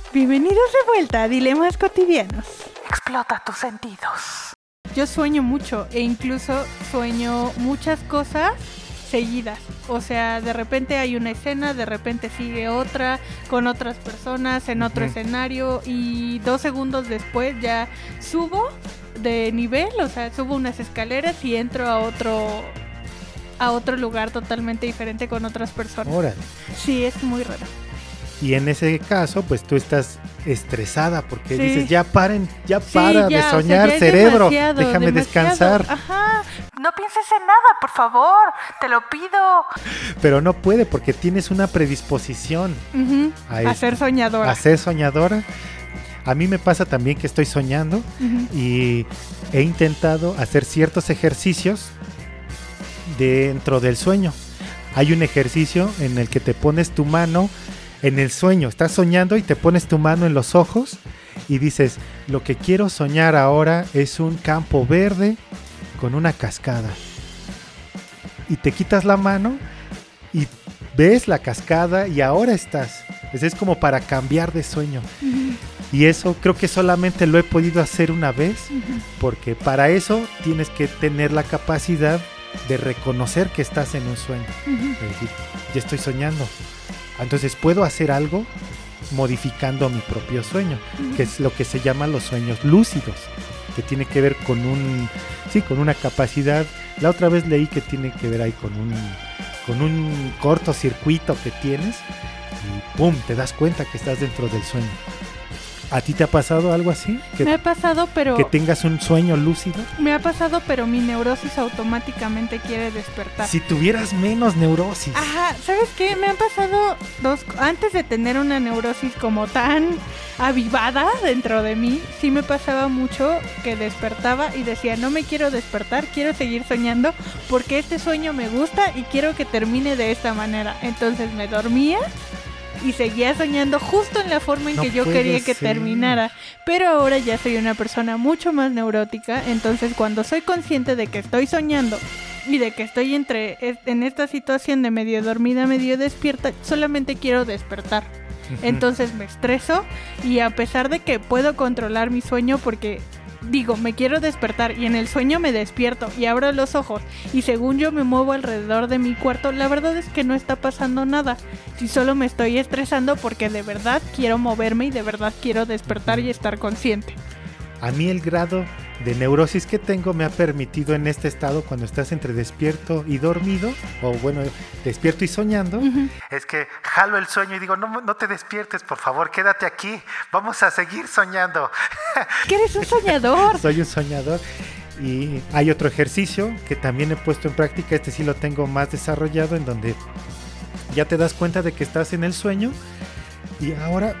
Bienvenidos de vuelta a Dilemas Cotidianos. Explota tus sentidos. Yo sueño mucho e incluso sueño muchas cosas seguidas. O sea, de repente hay una escena, de repente sigue otra, con otras personas, en otro escenario, y 2 segundos después ya subo de nivel, o sea, subo unas escaleras y entro a otro lugar totalmente diferente con otras personas. Órale. Sí, es muy raro. Y en ese caso, pues tú estás estresada porque Sí. dices, ya para de ya, soñar, o sea, ya es cerebro, demasiado, déjame descansar. Ajá. No pienses en nada, por favor. Te lo pido. Pero no puede porque tienes una predisposición Uh-huh. a A ser soñadora. a ser soñadora. A mí me pasa también que estoy soñando y he intentado hacer ciertos ejercicios dentro del sueño. Hay un ejercicio en el que te pones tu mano en el sueño, estás soñando y te pones tu mano en los ojos y dices, lo que quiero soñar ahora es un campo verde con una cascada. Y te quitas la mano y ves la cascada y ahora estás. Es como para cambiar de sueño. Y eso creo que solamente lo he podido hacer una vez, porque para eso tienes que tener la capacidad de reconocer que estás en un sueño. Es decir, ya estoy soñando. Entonces puedo hacer algo modificando mi propio sueño, que es lo que se llama los sueños lúcidos, que tiene que ver con con una capacidad. La otra vez leí que tiene que ver ahí con un cortocircuito que tienes y ¡pum! Te das cuenta que estás dentro del sueño. ¿A ti te ha pasado algo así? Me ha pasado, pero... Que tengas un sueño lúcido. Me ha pasado, pero mi neurosis automáticamente quiere despertar. Si tuvieras menos neurosis. Ajá, ¿sabes qué? Me han pasado antes de tener una neurosis como tan avivada dentro de mí, sí me pasaba mucho que despertaba y decía, no me quiero despertar, quiero seguir soñando porque este sueño me gusta y quiero que termine de esta manera. Entonces me dormía y seguía soñando justo en la forma en que yo quería que terminara. Pero ahora ya soy una persona mucho más neurótica, entonces cuando soy consciente de que estoy soñando y de que estoy en esta situación de medio dormida, medio despierta, solamente quiero despertar. Entonces me estreso y a pesar de que puedo controlar mi sueño porque... digo, me quiero despertar y en el sueño me despierto y abro los ojos y según yo me muevo alrededor de mi cuarto, la verdad es que no está pasando nada. Si solo me estoy estresando porque de verdad quiero moverme y de verdad quiero despertar y estar consciente. A mí el grado de neurosis que tengo me ha permitido en este estado, cuando estás entre despierto y dormido, o bueno, despierto y soñando, es que jalo el sueño y digo, no te despiertes, por favor, quédate aquí, vamos a seguir soñando. ¿Que eres un soñador? Soy un soñador. Y hay otro ejercicio que también he puesto en práctica, este sí lo tengo más desarrollado, en donde ya te das cuenta de que estás en el sueño y ahora...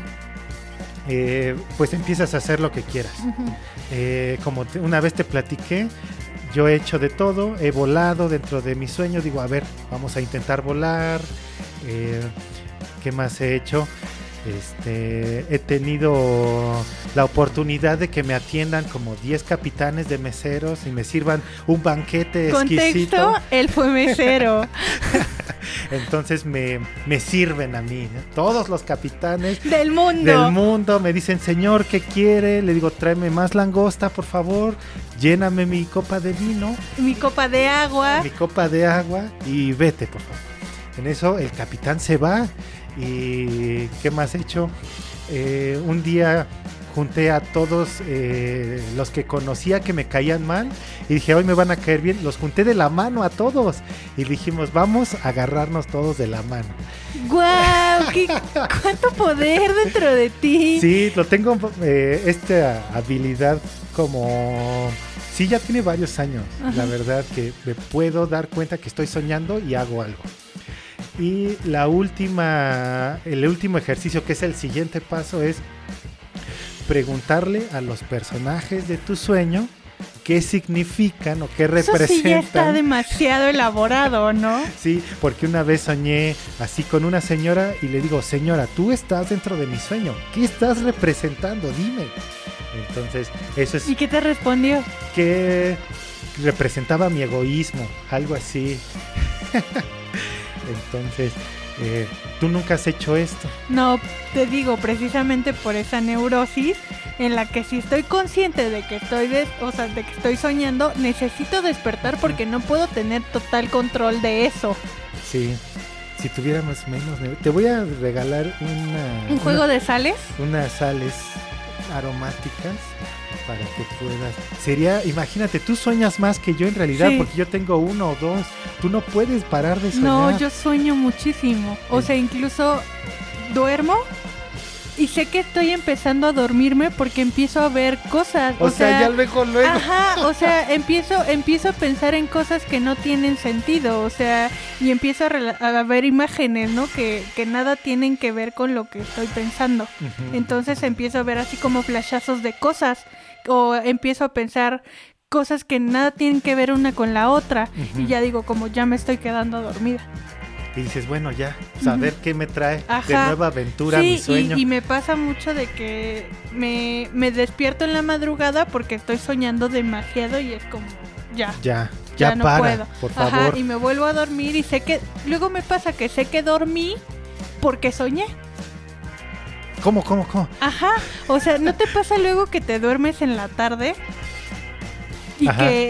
pues empiezas a hacer lo que quieras. Como una vez te platiqué, yo he hecho de todo, he volado dentro de mi sueño, digo, a ver, vamos a intentar volar. ¿Qué más he hecho? He tenido la oportunidad de que me atiendan como 10 capitanes de meseros y me sirvan un banquete exquisito. Contexto, él fue mesero. Entonces me sirven a mí, ¿no? Todos los capitanes del mundo me dicen, señor, ¿qué quiere? Le digo, tráeme más langosta, por favor, lléname mi copa de vino, mi copa de agua y vete, por favor. En eso el capitán se va. ¿Y qué más he hecho? Un día junté a todos los que conocía que me caían mal y dije, hoy me van a caer bien. Los junté de la mano a todos y dijimos, vamos a agarrarnos todos de la mano. ¡Guau! ¡Cuánto poder dentro de ti! Sí, lo tengo, esta habilidad como... Sí, ya tiene varios años. Ajá. La verdad que me puedo dar cuenta que estoy soñando y hago algo. Y el último ejercicio, que es el siguiente paso, es preguntarle a los personajes de tu sueño qué significan o qué representan. Eso sí ya está demasiado elaborado, ¿no? Sí, porque una vez soñé así con una señora y le digo, señora, tú estás dentro de mi sueño, ¿qué estás representando? Dime. Entonces, eso es... ¿Y qué te respondió? Que representaba mi egoísmo, algo así. Entonces, Tú nunca has hecho esto. No, te digo, precisamente por esa neurosis en la que si estoy consciente de que de que estoy soñando, necesito despertar porque no puedo tener total control de eso. Sí. Si tuviéramos menos... Te voy a regalar ¿Un juego de sales? Unas sales aromáticas para que puedas... Sería, imagínate, tú sueñas más que yo en realidad, sí, porque yo tengo 1 o 2. Tú no puedes parar de soñar. No, yo sueño muchísimo. O sea, incluso duermo y sé que estoy empezando a dormirme porque empiezo a ver cosas. O sea, ya luego. Ajá, o sea, empiezo a pensar en cosas que no tienen sentido, o sea, y empiezo a ver imágenes, ¿no? Que nada tienen que ver con lo que estoy pensando. Uh-huh. Entonces empiezo a ver así como flashazos de cosas, o empiezo a pensar cosas que nada tienen que ver una con la otra, uh-huh, y ya digo, como ya me estoy quedando dormida. Y dices, bueno, ya, saber qué me trae de nueva aventura, mi sueño. Y me pasa mucho de que me despierto en la madrugada porque estoy soñando demasiado y es como, ya no para, puedo. Por favor. Y me vuelvo a dormir y sé que, luego me pasa que sé que dormí porque soñé. ¿Cómo? Ajá, o sea, ¿no te pasa luego que te duermes en la tarde y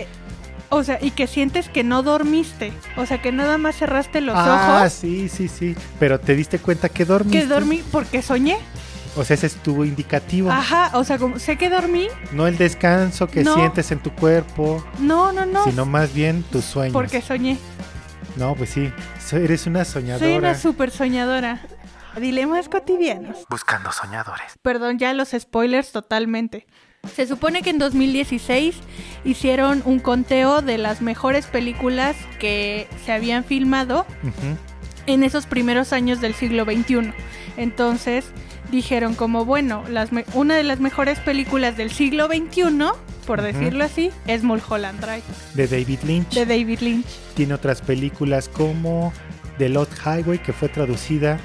y que sientes que no dormiste? O sea, que nada más cerraste los ojos. Ah, sí. Pero te diste cuenta que dormiste. Que dormí porque soñé. O sea, ese es tu indicativo. Ajá, o sea, como sé que dormí. No el descanso que sientes en tu cuerpo. No. Sino más bien tus sueños. Porque soñé. No, pues sí. Eres una soñadora. Soy una súper soñadora. Dilemas cotidianos. Buscando soñadores. Perdón, ya los spoilers totalmente. Se supone que en 2016 hicieron un conteo de las mejores películas que se habían filmado, uh-huh, en esos primeros años del siglo XXI. Entonces dijeron como, bueno, una de las mejores películas del siglo XXI, por, uh-huh, decirlo así, es Mulholland Drive. De David Lynch. Tiene otras películas como The Lost Highway, que fue traducida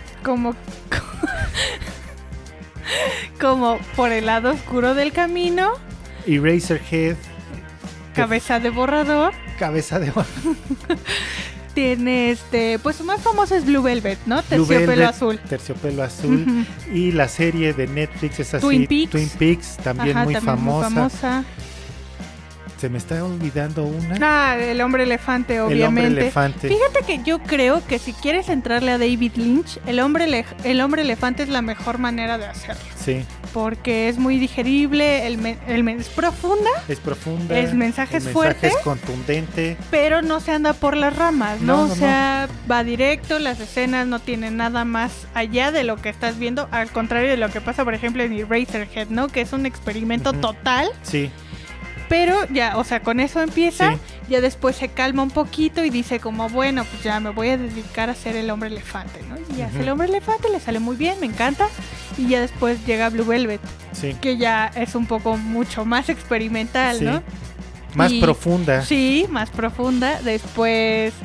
como Por el lado oscuro del camino. Eraserhead. Cabeza de borrador. Tiene pues su más famoso es Blue Velvet, ¿no? Terciopelo azul. Uh-huh. Y la serie de Netflix es así. Twin Peaks, también, ajá, muy también famosa. Muy famosa. Se me está olvidando una. El hombre elefante, obviamente. El hombre elefante. Fíjate que yo creo que si quieres entrarle a David Lynch, el hombre elefante es la mejor manera de hacerlo. Sí. Porque es muy digerible, es profunda. El mensaje es fuerte. Es contundente. Pero no se anda por las ramas, ¿no? O sea, va directo, las escenas no tienen nada más allá de lo que estás viendo. Al contrario de lo que pasa, por ejemplo, en Eraserhead, ¿no? Que es un experimento, uh-huh, total. Sí. Pero ya, o sea, con eso empieza, sí, ya después se calma un poquito y dice como, bueno, pues ya me voy a dedicar a ser el hombre elefante, ¿no? Y ya, uh-huh, el hombre elefante, le sale muy bien, me encanta. Y ya después llega Blue Velvet, sí, que ya es un poco mucho más experimental, sí, ¿no? Más profunda. Sí, más profunda. Después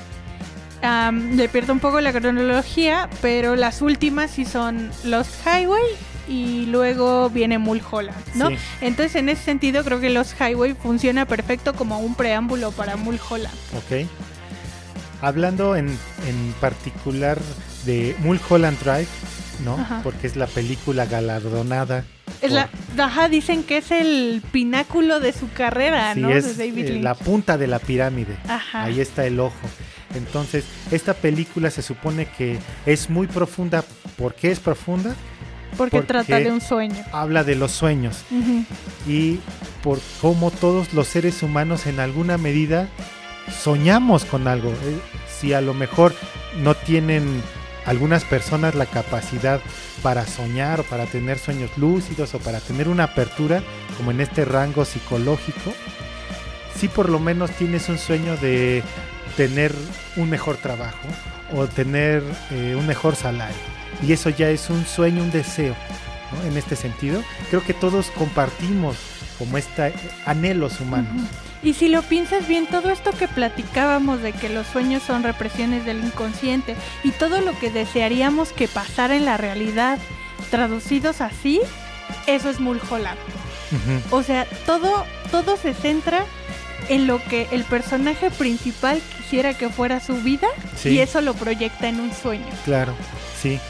le pierdo un poco la cronología, pero las últimas sí son Lost Highway y luego viene Mulholland, ¿no? Sí. Entonces, en ese sentido, creo que Lost Highway funciona perfecto como un preámbulo para Mulholland. Ok. Hablando en particular de Mulholland Drive, ¿no? Ajá. Porque es la película galardonada. Dicen que es el pináculo de su carrera, sí, ¿no? Es de David Lynch. La punta de la pirámide. Ajá. Ahí está el ojo. Entonces, esta película se supone que es muy profunda. ¿Por qué es profunda? Porque trata de un sueño. Habla de los sueños. Uh-huh. Y por cómo todos los seres humanos en alguna medida soñamos con algo. Si a lo mejor no tienen algunas personas la capacidad para soñar o para tener sueños lúcidos o para tener una apertura como en este rango psicológico, sí por lo menos tienes un sueño de tener un mejor trabajo o tener un mejor salario. Y eso ya es un sueño, un deseo, ¿no? En este sentido, creo que todos compartimos como anhelos humanos. Uh-huh. Y si lo piensas bien, todo esto que platicábamos de que los sueños son represiones del inconsciente y todo lo que desearíamos que pasara en la realidad, traducidos así, eso es Mulholland. Uh-huh. O sea, todo se centra en lo que el personaje principal quisiera que fuera su vida, Sí. y eso lo proyecta en un sueño. Claro, sí.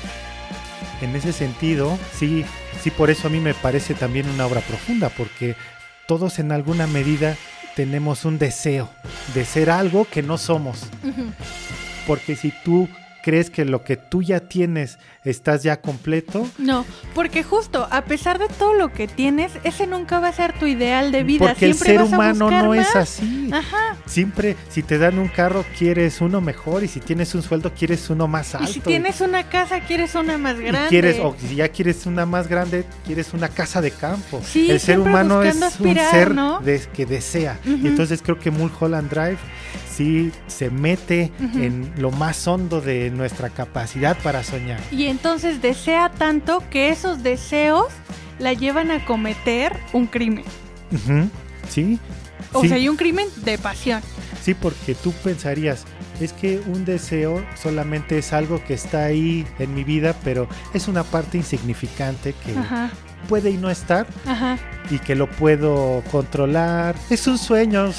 En ese sentido, sí, por eso a mí me parece también una obra profunda, porque todos en alguna medida tenemos un deseo de ser algo que no somos. Ujú. Porque si tú crees que lo que tú ya tienes estás ya completo, No, porque justo a pesar de todo lo que tienes, ese nunca va a ser tu ideal de vida. porque el Siempre ser vas a humano buscar no es más. así. Ajá. Siempre, si te dan un carro, quieres uno mejor, y si tienes un sueldo, quieres uno más alto. Y si tienes una casa, quieres una más y grande. quieres, o si ya quieres una más grande, quieres una casa de campo. Sí, el ser siempre humano es buscando aspirar, un ser ¿no? que desea. Ujú. Y entonces creo que Mulholland Drive sí se mete Ujú. en lo más hondo de nuestra capacidad para soñar. Y entonces desea tanto que esos deseos la llevan a cometer un crimen. Ujú, sí. O sí, sea, hay un crimen de pasión. sí, porque tú pensarías, es que un deseo solamente es algo que está ahí en mi vida, pero es una parte insignificante que Ajá, puede y no estar, ajá. y que lo puedo controlar. Es un sueño,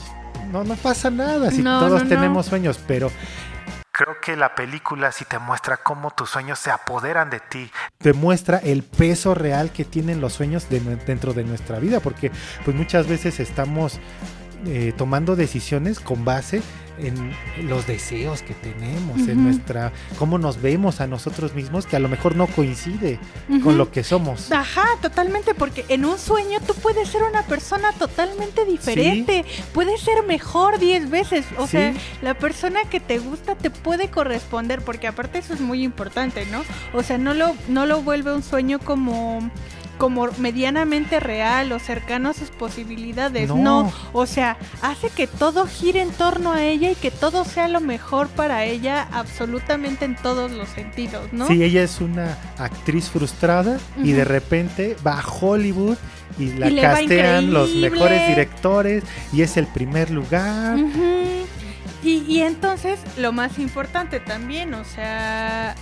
no pasa nada si No, todos no, tenemos sueños, pero creo que la película sí te muestra cómo tus sueños se apoderan de ti. Te muestra el peso real que tienen los sueños dentro de nuestra vida, porque pues muchas veces estamos tomando decisiones con base en los deseos que tenemos, Ujú. en nuestra cómo nos vemos a nosotros mismos, que a lo mejor no coincide Ujú. con lo que somos. Ajá, totalmente, porque en un sueño tú puedes ser una persona totalmente diferente, puedes ser mejor 10 veces, o Sí. sea, la persona que te gusta te puede corresponder, porque aparte eso es muy importante, ¿no? O sea, no lo vuelve un sueño como medianamente real o cercano a sus posibilidades, no, o sea, hace que todo gire en torno a ella y que todo sea lo mejor para ella absolutamente en todos los sentidos, ¿no? Sí, ella es una actriz frustrada y Ujú. de repente va a Hollywood y la Y le va castean los increíble. mejores directores y es el primer lugar. Ujú. Y entonces, lo más importante también, o sea,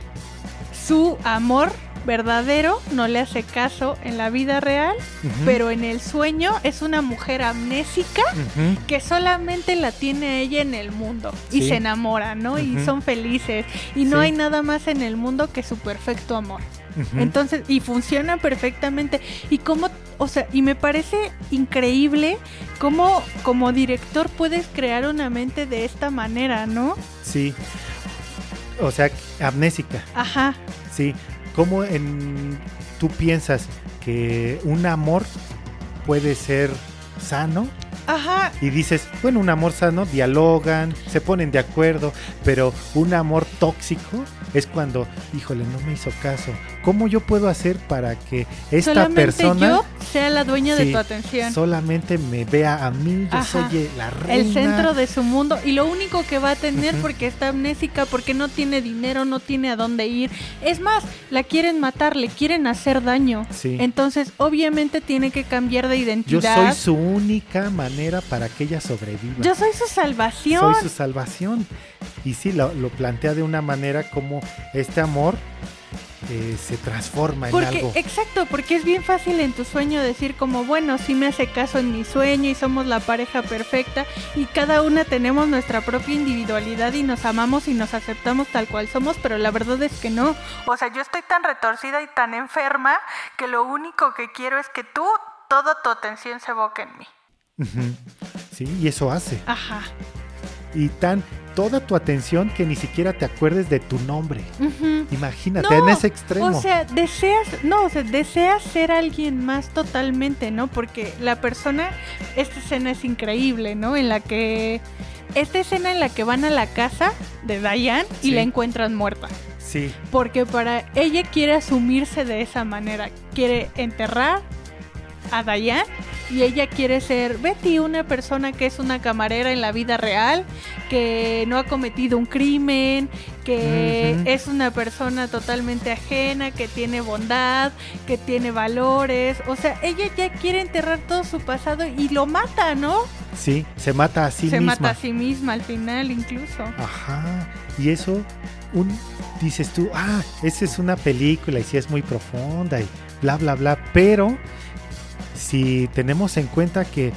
su amor verdadero no le hace caso en la vida real, Ujú, pero en el sueño es una mujer amnésica ujú, que solamente la tiene a ella en el mundo y Sí. se enamora, ¿no? Y Ujú. son felices y no Sí. hay nada más en el mundo que su perfecto amor. ujú. Entonces, y funciona perfectamente. Y cómo, o sea, y me parece increíble cómo como director puedes crear una mente de esta manera, ¿no? Sí. O sea, amnésica. Ajá. Sí. ¿Cómo tú piensas que un amor puede ser sano? Ajá. Y dices, bueno, un amor sano, dialogan, se ponen de acuerdo, pero un amor tóxico es cuando, híjole, no me hizo caso. ¿Cómo yo puedo hacer para que esta Solamente persona yo sea la dueña de sí, tu atención. solamente me vea a mí? Yo Ajá. soy la reina. El centro de su mundo y lo único que va a tener Ujú. porque está amnésica, porque no tiene dinero, no tiene a dónde ir. Es más, la quieren matar, le quieren hacer daño. Sí. Entonces, obviamente tiene que cambiar de Yo identidad. soy su única manera para que ella sobreviva. Yo soy su salvación. Soy su salvación. Y sí, lo plantea de una manera como este amor se transforma en Porque, algo. exacto, porque es bien fácil en tu sueño decir como, bueno, sí me hace caso en mi sueño y somos la pareja perfecta y cada una tenemos nuestra propia individualidad y nos amamos y nos aceptamos tal cual somos, pero la verdad es que no. O sea, yo estoy tan retorcida y tan enferma que lo único que quiero es que tú, toda tu atención se evoque en mí. Ujú. Sí, y eso hace. Ajá. Y toda tu atención que ni siquiera te acuerdes de tu nombre. Ujú. Imagínate, No, en ese extremo. O sea, deseas ser alguien más totalmente, ¿no? Porque la persona, esta escena es increíble, ¿no? Esta escena en la que van a la casa de Diane y Sí. la encuentran muerta. Sí, Porque para ella quiere asumirse de esa manera. Quiere enterrar a Diane y ella quiere ser Betty, una persona que es una camarera en la vida real, que no ha cometido un crimen, que Ujú. es una persona totalmente ajena, que tiene bondad, que tiene valores. O sea, ella ya quiere enterrar todo su pasado y lo mata, ¿no? sí, se mata a sí Se misma. mata a sí misma al final incluso. Ajá, y eso, dices tú, esa es una película y sí es muy profunda y bla, bla, bla, pero si tenemos en cuenta que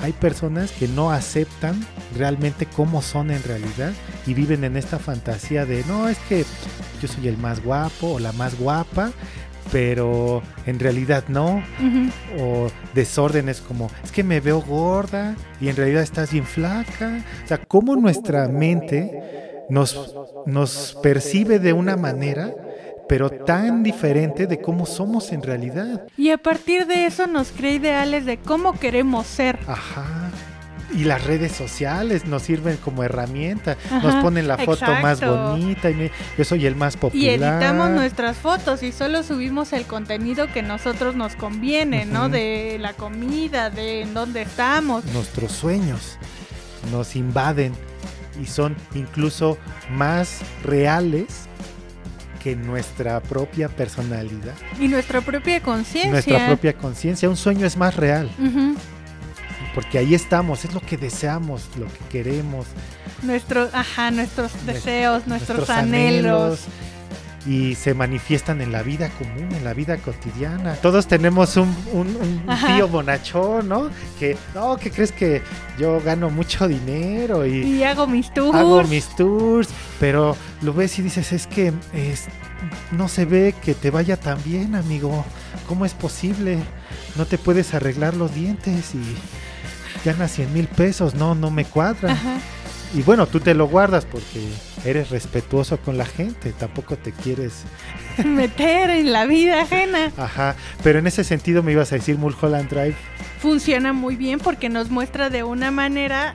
hay personas que no aceptan realmente cómo son en realidad y viven en esta fantasía de no, es que yo soy el más guapo o la más guapa, pero en realidad no. O desórdenes como es que me veo gorda y en realidad estás bien flaca. O sea, cómo nuestra mente nos percibe de una manera, pero tan diferente de cómo somos en realidad. Y a partir de eso nos crea ideales de cómo queremos ser. Ajá. Y las redes sociales nos sirven como herramienta. Ajá, nos ponen la foto exacto. más bonita y yo soy el más popular. Y editamos nuestras fotos y solo subimos el contenido que a nosotros nos conviene, ¿no? De la comida, de en dónde estamos. Nuestros sueños nos invaden y son incluso más reales que nuestra propia personalidad. Y nuestra propia conciencia. Nuestra propia conciencia. Un sueño es más real. Porque ahí estamos, es lo que deseamos, lo que queremos. Nuestros deseos, nuestros anhelos. Y se manifiestan en la vida común, en la vida cotidiana. Todos tenemos un tío bonachón, ¿no? Que crees que yo gano mucho dinero y hago mis tours. Pero lo ves y dices, es que no se ve que te vaya tan bien, amigo. ¿Cómo es posible? No te puedes arreglar los dientes y ganas 100,000 pesos. No me cuadra. Ajá. Y bueno, tú te lo guardas porque eres respetuoso con la gente, tampoco te quieres meter en la vida ajena. Ajá, pero en ese sentido me ibas a decir Mulholland Drive. Funciona muy bien porque nos muestra de una manera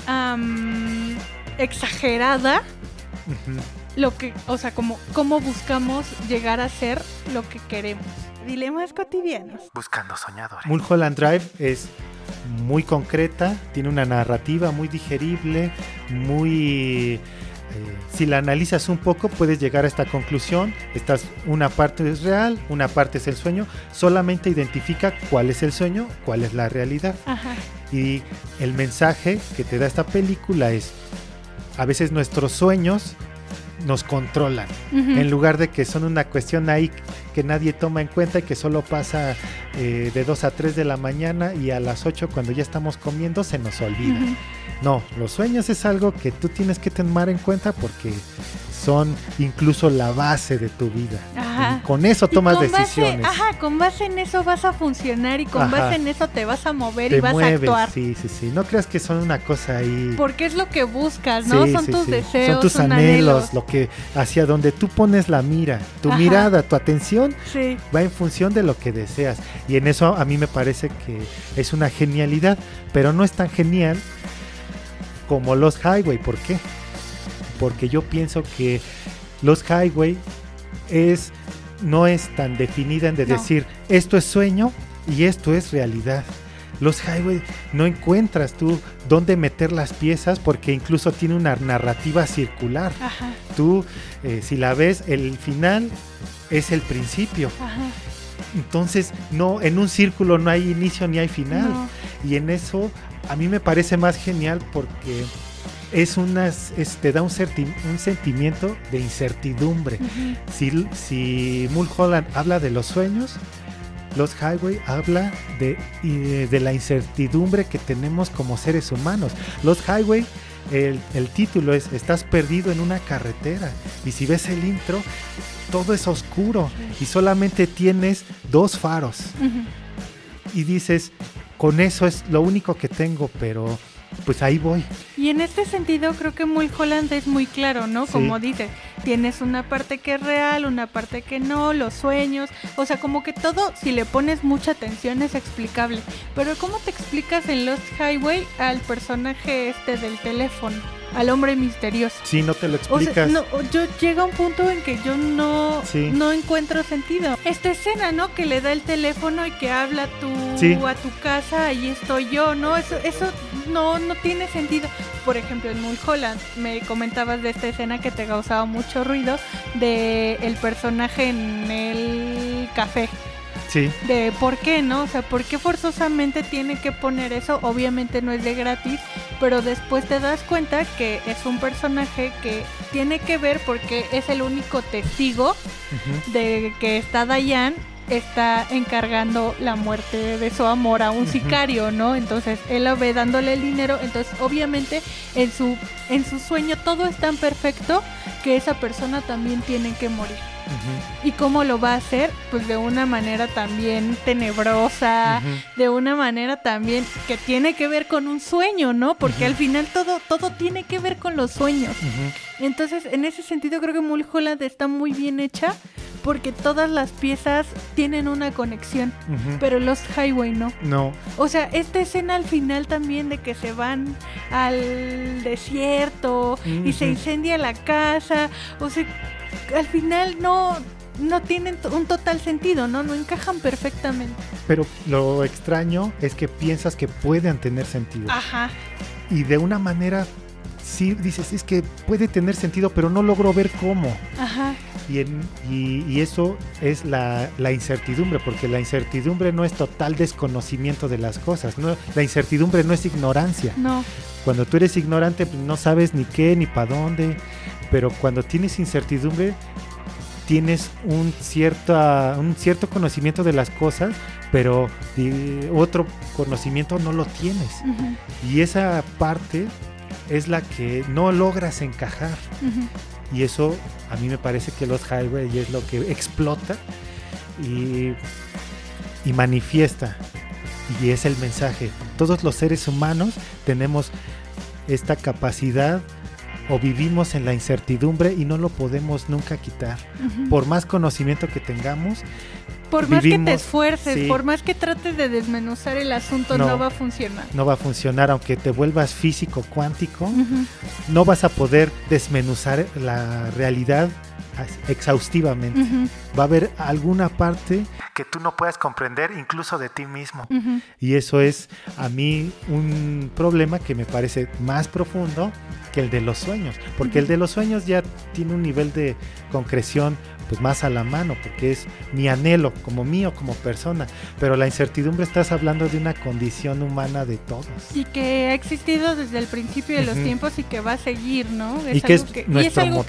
exagerada lo que, o sea, cómo buscamos llegar a ser lo que queremos. Dilemas cotidianos. Buscando soñadores. Mulholland Drive es muy concreta, tiene una narrativa muy digerible, muy... si la analizas un poco puedes llegar a esta conclusión. Una parte es real, una parte es el sueño. Solamente identifica cuál es el sueño, cuál es la realidad. Ajá. Y el mensaje que te da esta película es: a veces nuestros sueños nos controlan, en lugar de que son una cuestión ahí que nadie toma en cuenta y que solo pasa de 2 a 3 de la mañana y a las 8 cuando ya estamos comiendo se nos olvida. No, los sueños es algo que tú tienes que tomar en cuenta porque son incluso la base de tu vida. Con eso tomas decisiones. Con base en eso vas a funcionar y con base en eso te vas a mover y vas a actuar. Sí. No creas que son una cosa ahí. Porque es lo que buscas, ¿no? Son tus deseos, son tus anhelos, lo que hacia donde tú pones la mira, tu mirada, tu atención va en función de lo que deseas. Y en eso a mí me parece que es una genialidad, pero no es tan genial como Lost Highway. ¿Por qué? Porque yo pienso que Lost Highway no es tan definida en decir esto es sueño y esto es realidad. Lost Highway no encuentras tú dónde meter las piezas porque incluso tiene una narrativa circular. Tú, si la ves, el final es el principio. Entonces, no, en un círculo no hay inicio ni hay final. Y en eso a mí me parece más genial porque te da un sentimiento de incertidumbre. Si Mulholland habla de los sueños, Lost Highway habla de la incertidumbre que tenemos como seres humanos. Lost Highway, el título es: estás perdido en una carretera, y si ves el intro, todo es oscuro y solamente tienes 2 faros. Y dices, con eso es lo único que tengo, pero pues ahí voy. Y en este sentido creo que Mulholland es muy claro, ¿no? Como dices, tienes una parte que es real, una parte que no, los sueños, o sea, como que todo, si le pones mucha atención, es explicable. Pero ¿cómo te explicas en Lost Highway al personaje del teléfono? Al hombre misterioso. Sí, no te lo explicas. O sea, llega un punto en que yo no encuentro sentido. Esta escena, ¿no? Que le da el teléfono y que habla a tu casa, ahí estoy yo, ¿no? Eso no tiene sentido. Por ejemplo, en Mulholland me comentabas de esta escena que te causaba mucho ruido de el personaje en el café. Sí. De por qué, ¿no? O sea, ¿por qué forzosamente tiene que poner eso? Obviamente no es de gratis, pero después te das cuenta que es un personaje que tiene que ver porque es el único testigo de que está Diane está encargando la muerte de su amor a un sicario, ¿no? Entonces él lo ve dándole el dinero, entonces obviamente en su sueño todo es tan perfecto que esa persona también tiene que morir. ¿Y cómo lo va a hacer? Pues de una manera también tenebrosa, de una manera también que tiene que ver con un sueño, ¿no? Porque al final todo tiene que ver con los sueños. Entonces, en ese sentido creo que Mulholland está muy bien hecha porque todas las piezas tienen una conexión, pero Lost Highway no. O sea, esta escena al final también de que se van al desierto y se incendia la casa, o sea, al final no tienen un total sentido, ¿no? No encajan perfectamente. Pero lo extraño es que piensas que pueden tener sentido. Ajá. Y de una manera, sí dices, es que puede tener sentido, pero no logro ver cómo. Ajá. Y eso es la incertidumbre, porque la incertidumbre no es total desconocimiento de las cosas, ¿no? La incertidumbre no es ignorancia. No. Cuando tú eres ignorante, pues no sabes ni qué, ni para dónde, pero cuando tienes incertidumbre, tienes un cierto conocimiento de las cosas, pero otro conocimiento no lo tienes. Y esa parte es la que no logras encajar. Y eso a mí me parece que Lost Highway es lo que explota y manifiesta. Y es el mensaje. Todos los seres humanos tenemos esta capacidad o vivimos en la incertidumbre y no lo podemos nunca quitar. Por más conocimiento que tengamos, por más que te esfuerces, por más que trates de desmenuzar el asunto, no va a funcionar. No va a funcionar, aunque te vuelvas físico cuántico, no vas a poder desmenuzar la realidad exhaustivamente. Va a haber alguna parte que tú no puedas comprender, incluso de ti mismo. Y eso es a mí un problema que me parece más profundo que el de los sueños, porque el de los sueños ya tiene un nivel de concreción pues más a la mano, porque es mi anhelo como mío, como persona, pero la incertidumbre estás hablando de una condición humana de todos. Y que ha existido desde el principio de los tiempos y que va a seguir, ¿no? Y es algo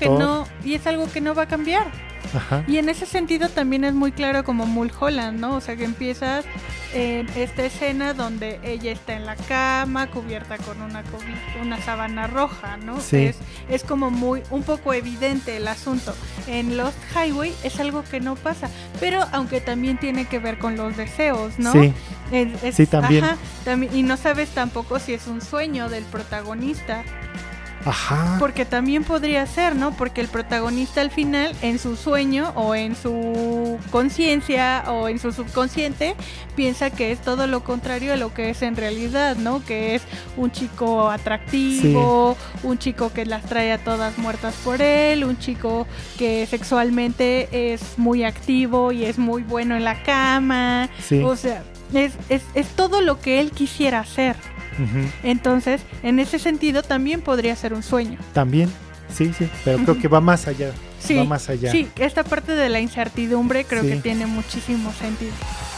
que no va a cambiar. Ajá. Y en ese sentido también es muy claro como Mulholland, ¿no? O sea, que empiezas en esta escena donde ella está en la cama cubierta con una sábana roja, ¿no? Sí. Es como un poco evidente el asunto. En Lost Highway es algo que no pasa, pero aunque también tiene que ver con los deseos, ¿no? Sí, sí, también. Ajá, y no sabes tampoco si es un sueño del protagonista. Ajá. Porque también podría ser, ¿no? Porque el protagonista al final, en su sueño o en su conciencia o en su subconsciente, piensa que es todo lo contrario a lo que es en realidad, ¿no? Que es un chico atractivo, un chico que las trae a todas muertas por él, un chico que sexualmente es muy activo y es muy bueno en la cama. Sí. O sea, es todo lo que él quisiera hacer. Entonces, en ese sentido también podría ser un sueño. También, sí, pero creo que va más allá. Sí, va más allá. Sí, esta parte de la incertidumbre creo que tiene muchísimo sentido.